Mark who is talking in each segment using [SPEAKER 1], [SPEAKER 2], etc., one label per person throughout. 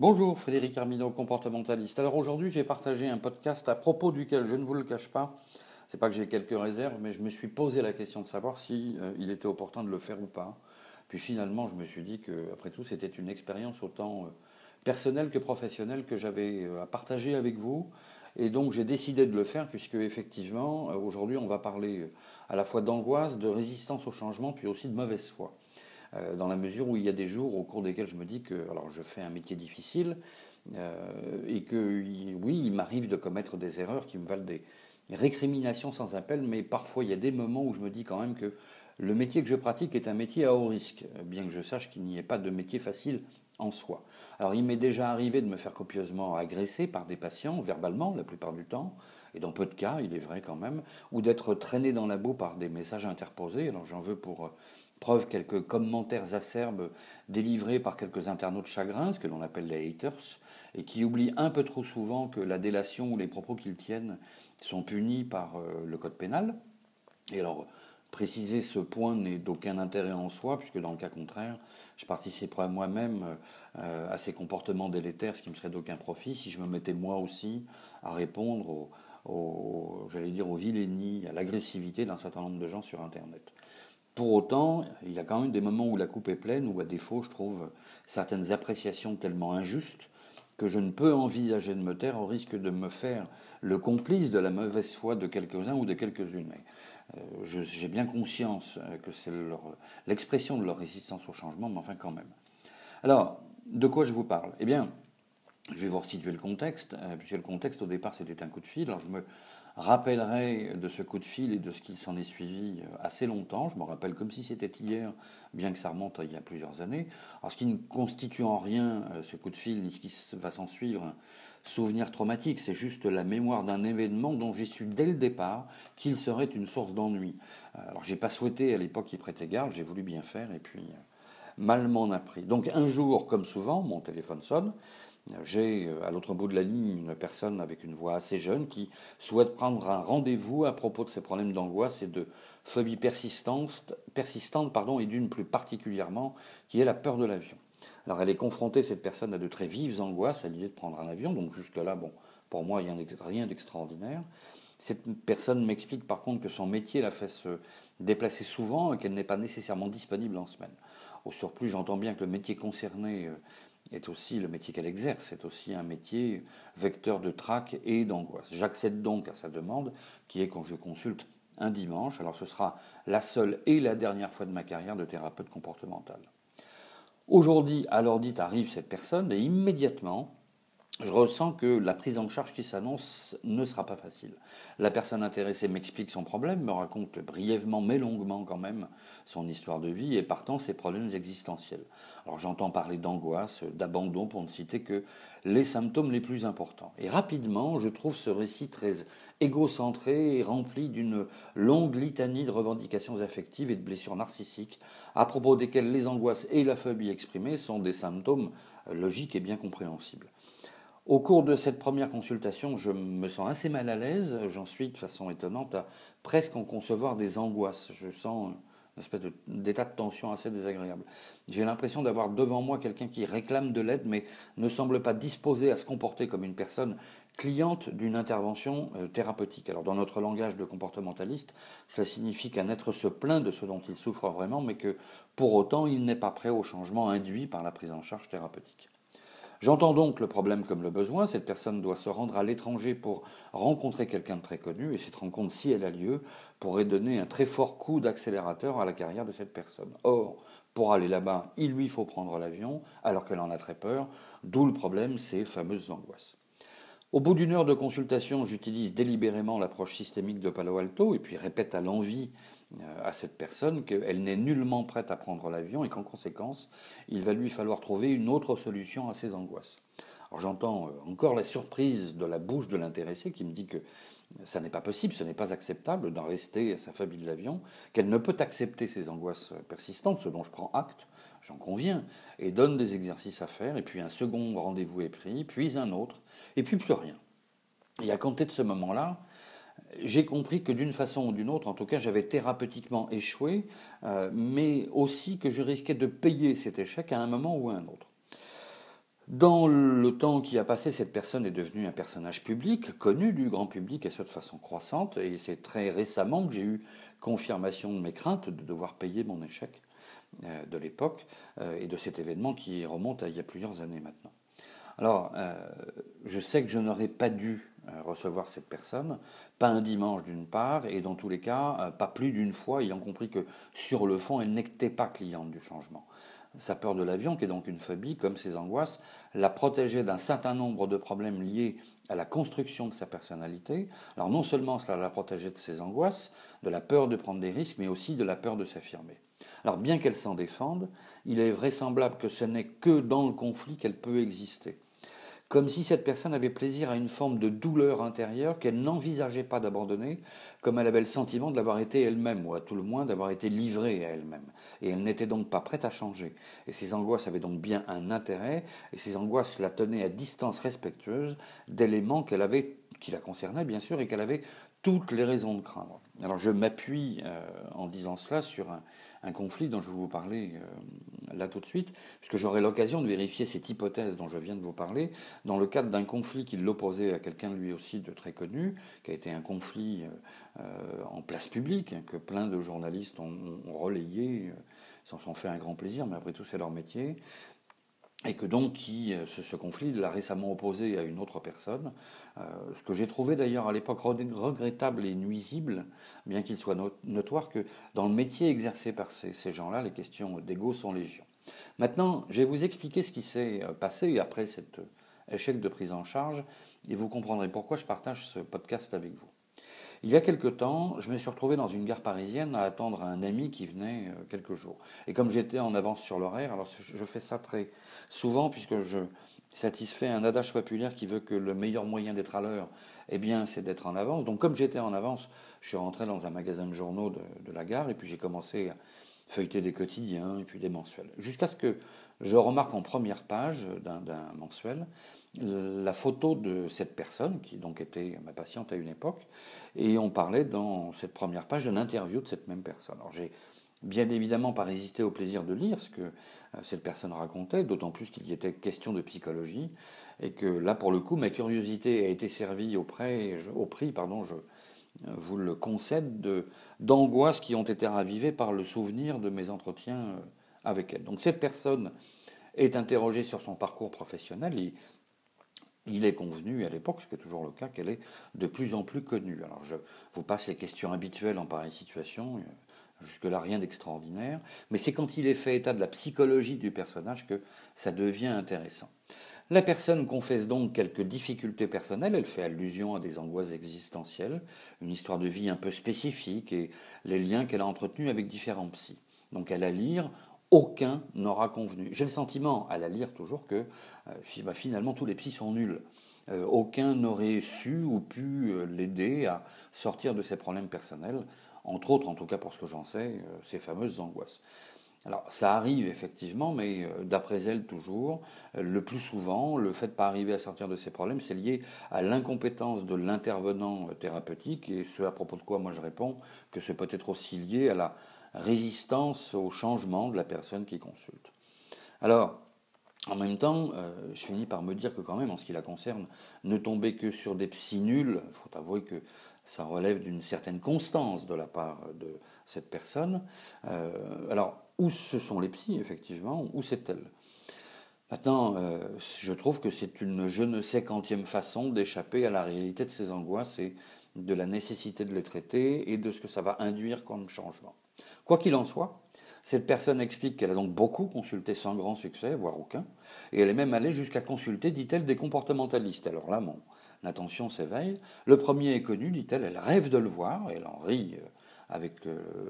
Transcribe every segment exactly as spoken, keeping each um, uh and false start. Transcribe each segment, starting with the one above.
[SPEAKER 1] Bonjour, Frédéric Arminaud, comportementaliste. Alors aujourd'hui, j'ai partagé un podcast à propos duquel, je ne vous le cache pas, c'est pas que j'ai quelques réserves, mais je me suis posé la question de savoir si euh, il était opportun de le faire ou pas. Puis finalement, je me suis dit que, après tout, c'était une expérience autant euh, personnelle que professionnelle que j'avais euh, à partager avec vous. Et donc j'ai décidé de le faire puisque effectivement, euh, aujourd'hui, on va parler euh, à la fois d'angoisse, de résistance au changement, puis aussi de mauvaise foi. Euh, dans la mesure où il y a des jours au cours desquels je me dis que alors je fais un métier difficile euh, et que oui, il m'arrive de commettre des erreurs qui me valent des récriminations sans appel, mais parfois il y a des moments où je me dis quand même que le métier que je pratique est un métier à haut risque, bien que je sache qu'il n'y ait pas de métier facile en soi. Alors il m'est déjà arrivé de me faire copieusement agresser par des patients, verbalement la plupart du temps, et dans peu de cas, il est vrai quand même, ou d'être traîné dans la boue par des messages interposés. Alors j'en veux pour preuve quelques commentaires acerbes délivrés par quelques internautes chagrins, ce que l'on appelle les haters, et qui oublient un peu trop souvent que la délation ou les propos qu'ils tiennent sont punis par euh, le code pénal. Et alors, préciser ce point n'est d'aucun intérêt en soi, puisque dans le cas contraire, je participerais moi-même euh, à ces comportements délétères, ce qui me serait d'aucun profit, si je me mettais moi aussi à répondre aux, aux, j'allais dire, aux vilainies, à l'agressivité d'un certain nombre de gens sur Internet. Pour autant, il y a quand même des moments où la coupe est pleine, où à défaut, je trouve certaines appréciations tellement injustes que je ne peux envisager de me taire au risque de me faire le complice de la mauvaise foi de quelques-uns ou de quelques-unes. Euh, j'ai bien conscience que c'est l'expression de leur résistance au changement, mais enfin quand même. Alors, de quoi je vous parle? Eh bien, je vais vous resituer le contexte, euh, puisque le contexte au départ c'était un coup de fil. Alors je me rappellerai de ce coup de fil et de ce qui s'en est suivi assez longtemps. Je me rappelle comme si c'était hier, bien que ça remonte à il y a plusieurs années. Alors ce qui ne constitue en rien ce coup de fil, ni ce qui va s'en suivre, un souvenir traumatique, c'est juste la mémoire d'un événement dont j'ai su dès le départ qu'il serait une source d'ennui. Alors j'ai pas souhaité à l'époque y prêter garde, j'ai voulu bien faire et puis mal m'en a pris. Donc un jour, comme souvent, mon téléphone sonne. J'ai à l'autre bout de la ligne une personne avec une voix assez jeune qui souhaite prendre un rendez-vous à propos de ses problèmes d'angoisse et de phobie persistante, persistante pardon, et d'une plus particulièrement qui est la peur de l'avion. Alors elle est confrontée, cette personne, à de très vives angoisses à l'idée de prendre un avion, donc jusque-là, bon, pour moi, il n'y a rien d'extraordinaire. Cette personne m'explique par contre que son métier la fait se déplacer souvent et qu'elle n'est pas nécessairement disponible en semaine. Au surplus, j'entends bien que le métier concerné est aussi le métier qu'elle exerce, c'est aussi un métier vecteur de trac et d'angoisse. J'accède donc à sa demande, qui est quand je consulte un dimanche. Alors ce sera la seule et la dernière fois de ma carrière de thérapeute comportemental. Aujourd'hui, à l'heure dite, arrive cette personne et immédiatement, je ressens que la prise en charge qui s'annonce ne sera pas facile. La personne intéressée m'explique son problème, me raconte brièvement mais longuement quand même son histoire de vie et partant ses problèmes existentiels. Alors j'entends parler d'angoisse, d'abandon pour ne citer que les symptômes les plus importants. Et rapidement, je trouve ce récit très égocentré et rempli d'une longue litanie de revendications affectives et de blessures narcissiques à propos desquelles les angoisses et la phobie exprimée sont des symptômes logiques et bien compréhensibles. Au cours de cette première consultation, je me sens assez mal à l'aise. J'en suis, de façon étonnante, à presque en concevoir des angoisses. Je sens une espèce d'état de tension assez désagréable. J'ai l'impression d'avoir devant moi quelqu'un qui réclame de l'aide, mais ne semble pas disposé à se comporter comme une personne cliente d'une intervention thérapeutique. Alors, dans notre langage de comportementaliste, ça signifie qu'un être se plaint de ce dont il souffre vraiment, mais que, pour autant, il n'est pas prêt au changement induit par la prise en charge thérapeutique. J'entends donc le problème comme le besoin. Cette personne doit se rendre à l'étranger pour rencontrer quelqu'un de très connu, et cette rencontre, si elle a lieu, pourrait donner un très fort coup d'accélérateur à la carrière de cette personne. Or, pour aller là-bas, il lui faut prendre l'avion, alors qu'elle en a très peur, d'où le problème, ces fameuses angoisses. Au bout d'une heure de consultation, j'utilise délibérément l'approche systémique de Palo Alto et puis répète à l'envi à cette personne qu'elle n'est nullement prête à prendre l'avion et qu'en conséquence, il va lui falloir trouver une autre solution à ses angoisses. Alors j'entends encore la surprise de la bouche de l'intéressé qui me dit que ça n'est pas possible, ce n'est pas acceptable d'en rester à sa phobie de l'avion, qu'elle ne peut accepter ses angoisses persistantes, ce dont je prends acte, j'en conviens, et donne des exercices à faire, et puis un second rendez-vous est pris, puis un autre, et puis plus rien. Et à compter de ce moment-là, j'ai compris que d'une façon ou d'une autre, en tout cas, j'avais thérapeutiquement échoué, euh, mais aussi que je risquais de payer cet échec à un moment ou à un autre. Dans le temps qui a passé, cette personne est devenue un personnage public, connu du grand public, et ce de façon croissante. Et c'est très récemment que j'ai eu confirmation de mes craintes de devoir payer mon échec euh, de l'époque euh, et de cet événement qui remonte à il y a plusieurs années maintenant. Alors, euh, je sais que je n'aurais pas dû euh, recevoir cette personne, pas un dimanche d'une part, et dans tous les cas, euh, pas plus d'une fois, ayant compris que sur le fond, elle n'était pas cliente du changement. Sa peur de l'avion, qui est donc une phobie, comme ses angoisses, la protégeait d'un certain nombre de problèmes liés à la construction de sa personnalité. Alors non seulement cela la protégeait de ses angoisses, de la peur de prendre des risques, mais aussi de la peur de s'affirmer. Alors bien qu'elle s'en défende, il est vraisemblable que ce n'est que dans le conflit qu'elle peut exister. Comme si cette personne avait plaisir à une forme de douleur intérieure qu'elle n'envisageait pas d'abandonner, comme elle avait le sentiment de l'avoir été elle-même, ou à tout le moins d'avoir été livrée à elle-même. Et elle n'était donc pas prête à changer. Et ses angoisses avaient donc bien un intérêt, et ses angoisses la tenaient à distance respectueuse d'éléments qu'elle avait, qui la concernaient bien sûr, et qu'elle avait toutes les raisons de craindre. Alors je m'appuie euh, en disant cela sur un, un conflit dont je vais vous parler euh, là tout de suite, puisque j'aurai l'occasion de vérifier cette hypothèse dont je viens de vous parler dans le cadre d'un conflit qui l'opposait à quelqu'un lui aussi de très connu, qui a été un conflit euh, en place publique, que plein de journalistes ont, ont relayé, euh, s'en sont fait un grand plaisir, mais après tout c'est leur métier. Et que donc qui, ce, ce conflit l'a récemment opposé à une autre personne, euh, ce que j'ai trouvé d'ailleurs à l'époque regrettable et nuisible, bien qu'il soit notoire que dans le métier exercé par ces, ces gens-là, les questions d'ego sont légion. Maintenant, je vais vous expliquer ce qui s'est passé après cet échec de prise en charge, et vous comprendrez pourquoi je partage ce podcast avec vous. Il y a quelque temps, je me suis retrouvé dans une gare parisienne à attendre un ami qui venait quelques jours. Et comme j'étais en avance sur l'horaire, alors je fais ça très souvent puisque je satisfais un adage populaire qui veut que le meilleur moyen d'être à l'heure, eh bien, c'est d'être en avance. Donc comme j'étais en avance, je suis rentré dans un magasin de journaux de, de la gare et puis j'ai commencé à feuilleter des quotidiens et puis des mensuels. Jusqu'à ce que je remarque en première page d'un, d'un mensuel la photo de cette personne, qui donc était ma patiente à une époque, et on parlait dans cette première page d'une interview de cette même personne. Alors j'ai bien évidemment pas résisté au plaisir de lire ce que cette personne racontait, d'autant plus qu'il y était question de psychologie, et que là pour le coup ma curiosité a été servie au prix, au prix pardon, je vous le concède, de, d'angoisses qui ont été ravivées par le souvenir de mes entretiens avec elle. Donc cette personne est interrogée sur son parcours professionnel et il est convenu à l'époque, ce qui est toujours le cas, qu'elle est de plus en plus connue. Alors je vous passe les questions habituelles en pareille situation, jusque-là rien d'extraordinaire, mais c'est quand il est fait état de la psychologie du personnage que ça devient intéressant. La personne confesse donc quelques difficultés personnelles, elle fait allusion à des angoisses existentielles, une histoire de vie un peu spécifique et les liens qu'elle a entretenus avec différents psys. Donc à la lire, aucun n'aura convenu. J'ai le sentiment, à la lire toujours, que euh, bah, finalement tous les psys sont nuls. Euh, aucun n'aurait su ou pu euh, l'aider à sortir de ses problèmes personnels, entre autres, en tout cas pour ce que j'en sais, euh, ces fameuses angoisses. Alors ça arrive effectivement, mais euh, d'après elle toujours, euh, le plus souvent, le fait de ne pas arriver à sortir de ces problèmes, c'est lié à l'incompétence de l'intervenant thérapeutique, et ce à propos de quoi moi je réponds que c'est peut-être aussi lié à la résistance au changement de la personne qui consulte. Alors, en même temps, euh, je finis par me dire que quand même, en ce qui la concerne, ne tomber que sur des psys nuls, il faut avouer que ça relève d'une certaine constance de la part de cette personne. Euh, alors, où ce sont les psys, effectivement, où c'est elle ? Maintenant, euh, je trouve que c'est une je ne sais quantième façon d'échapper à la réalité de ces angoisses et de la nécessité de les traiter et de ce que ça va induire comme changement. Quoi qu'il en soit, cette personne explique qu'elle a donc beaucoup consulté sans grand succès, voire aucun, et elle est même allée jusqu'à consulter, dit-elle, des comportementalistes. Alors là, mon attention s'éveille. Le premier est connu, dit-elle, elle rêve de le voir, elle en rit avec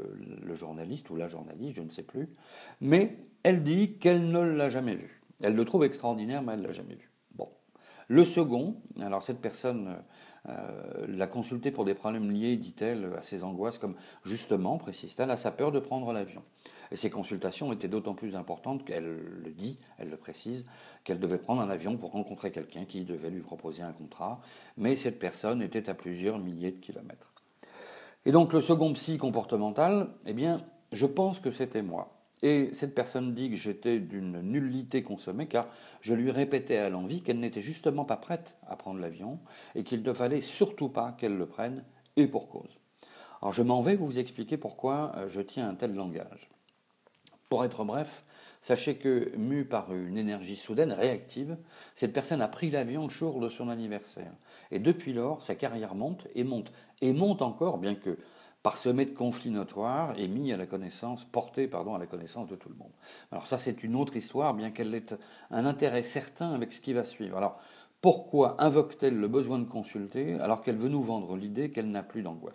[SPEAKER 1] le journaliste ou la journaliste, je ne sais plus, mais elle dit qu'elle ne l'a jamais vu. Elle le trouve extraordinaire, mais elle ne l'a jamais vu. Bon. Le second, alors cette personne euh, l'a consulté pour des problèmes liés, dit-elle, à ses angoisses, comme justement, précise-t-elle, à sa peur de prendre l'avion. Et ces consultations étaient d'autant plus importantes qu'elle le dit, elle le précise, qu'elle devait prendre un avion pour rencontrer quelqu'un qui devait lui proposer un contrat, mais cette personne était à plusieurs milliers de kilomètres. Et donc le second psy comportemental, eh bien, je pense que c'était moi. Et cette personne dit que j'étais d'une nullité consommée car je lui répétais à l'envi qu'elle n'était justement pas prête à prendre l'avion et qu'il ne fallait surtout pas qu'elle le prenne, et pour cause. Alors je m'en vais vous expliquer pourquoi je tiens un tel langage. Pour être bref, sachez que, mue par une énergie soudaine, réactive, cette personne a pris l'avion le jour de son anniversaire. Et depuis lors, sa carrière monte et monte, et monte encore, bien que parsemé de conflits notoires et mis à la connaissance, porté pardon, à la connaissance de tout le monde. Alors ça, c'est une autre histoire, bien qu'elle ait un intérêt certain avec ce qui va suivre. Alors, pourquoi invoque-t-elle le besoin de consulter alors qu'elle veut nous vendre l'idée qu'elle n'a plus d'angoisse ?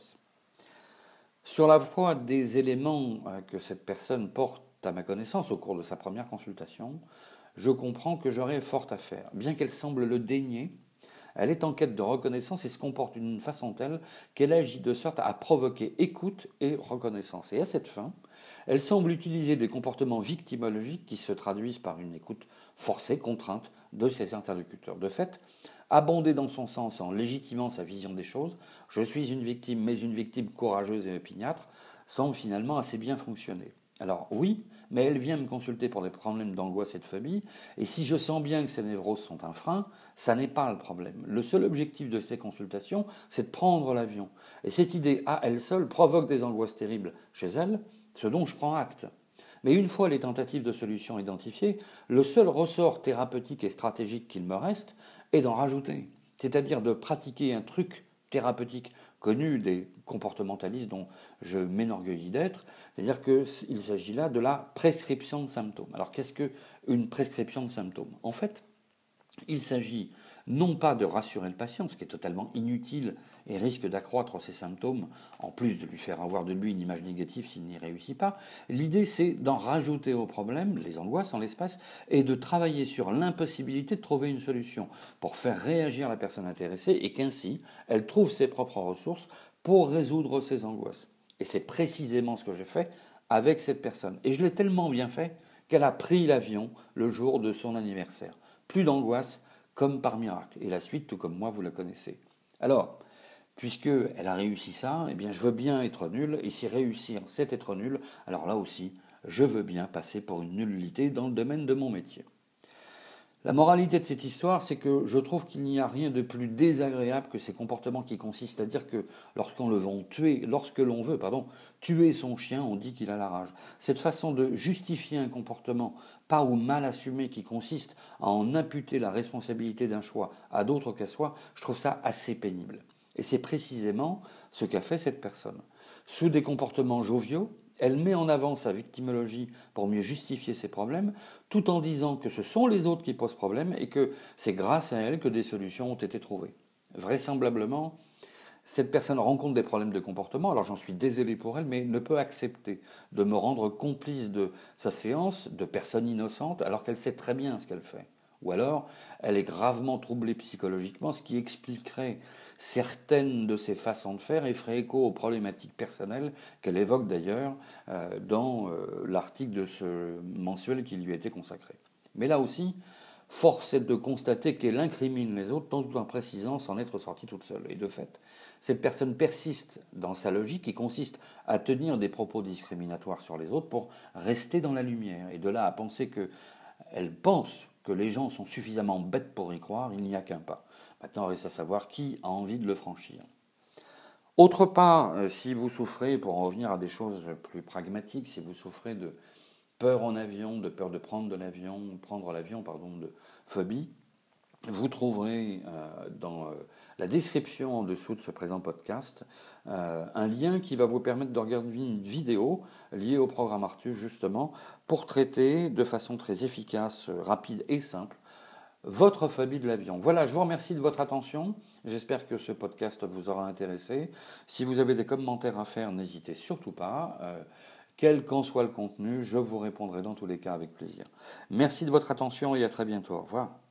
[SPEAKER 1] Sur la foi des éléments que cette personne porte à ma connaissance au cours de sa première consultation, je comprends que j'aurai fort à faire. Bien qu'elle semble le dénier, elle est en quête de reconnaissance et se comporte d'une façon telle qu'elle agit de sorte à provoquer écoute et reconnaissance. Et à cette fin, elle semble utiliser des comportements victimologiques qui se traduisent par une écoute forcée, contrainte de ses interlocuteurs. De fait, abonder dans son sens en légitimant sa vision des choses, je suis une victime, mais une victime courageuse et opiniâtre, semble finalement assez bien fonctionner. Alors oui, mais elle vient me consulter pour des problèmes d'angoisse et de phobie, et si je sens bien que ces névroses sont un frein, ça n'est pas le problème. Le seul objectif de ces consultations, c'est de prendre l'avion. Et cette idée, à elle seule, provoque des angoisses terribles chez elle, ce dont je prends acte. Mais une fois les tentatives de solution identifiées, le seul ressort thérapeutique et stratégique qu'il me reste est d'en rajouter, c'est-à-dire de pratiquer un truc thérapeutique connu des comportementalistes dont je m'enorgueillis d'être, c'est-à-dire qu'il s'agit là de la prescription de symptômes. Alors qu'est-ce qu'une prescription de symptômes ? En fait, il s'agit non pas de rassurer le patient, ce qui est totalement inutile et risque d'accroître ses symptômes, en plus de lui faire avoir de lui une image négative s'il n'y réussit pas. L'idée, c'est d'en rajouter au problème, les angoisses en l'espace, et de travailler sur l'impossibilité de trouver une solution pour faire réagir la personne intéressée et qu'ainsi, elle trouve ses propres ressources pour résoudre ses angoisses. Et c'est précisément ce que j'ai fait avec cette personne. Et je l'ai tellement bien fait qu'elle a pris l'avion le jour de son anniversaire. Plus d'angoisse, comme par miracle. Et la suite, tout comme moi, vous la connaissez. Alors, puisqu'elle a réussi ça, eh bien, je veux bien être nul, et si réussir, c'est être nul, alors là aussi, je veux bien passer pour une nullité dans le domaine de mon métier. La moralité de cette histoire, c'est que je trouve qu'il n'y a rien de plus désagréable que ces comportements qui consistent à dire que lorsqu'on le veut tuer, lorsque l'on veut, pardon, tuer son chien, on dit qu'il a la rage. Cette façon de justifier un comportement pas ou mal assumé qui consiste à en imputer la responsabilité d'un choix à d'autres qu'à soi, je trouve ça assez pénible. Et c'est précisément ce qu'a fait cette personne. Sous des comportements joviaux, elle met en avant sa victimologie pour mieux justifier ses problèmes, tout en disant que ce sont les autres qui posent problème et que c'est grâce à elle que des solutions ont été trouvées. Vraisemblablement, cette personne rencontre des problèmes de comportement, alors j'en suis désolé pour elle, mais ne peut accepter de me rendre complice de sa séance de personne innocente alors qu'elle sait très bien ce qu'elle fait. Ou alors, elle est gravement troublée psychologiquement, ce qui expliquerait certaines de ses façons de faire et ferait écho aux problématiques personnelles qu'elle évoque d'ailleurs euh, dans euh, l'article de ce mensuel qui lui a été consacré. Mais là aussi, force est de constater qu'elle incrimine les autres tout en précisant s'en être sortie toute seule. Et de fait, cette personne persiste dans sa logique qui consiste à tenir des propos discriminatoires sur les autres pour rester dans la lumière. Et de là à penser qu'elle pense que les gens sont suffisamment bêtes pour y croire, il n'y a qu'un pas. Maintenant, il reste à savoir qui a envie de le franchir. Autre part, si vous souffrez, pour en revenir à des choses plus pragmatiques, si vous souffrez de peur en avion, de peur de prendre de l'avion, prendre l'avion, pardon, de phobie, vous trouverez euh, dans euh, la description en dessous de ce présent podcast euh, un lien qui va vous permettre de regarder une vidéo liée au programme Artus justement pour traiter de façon très efficace, rapide et simple votre phobie de l'avion. Voilà, je vous remercie de votre attention. J'espère que ce podcast vous aura intéressé. Si vous avez des commentaires à faire, n'hésitez surtout pas. Euh, quel qu'en soit le contenu, je vous répondrai dans tous les cas avec plaisir. Merci de votre attention et à très bientôt. Au revoir.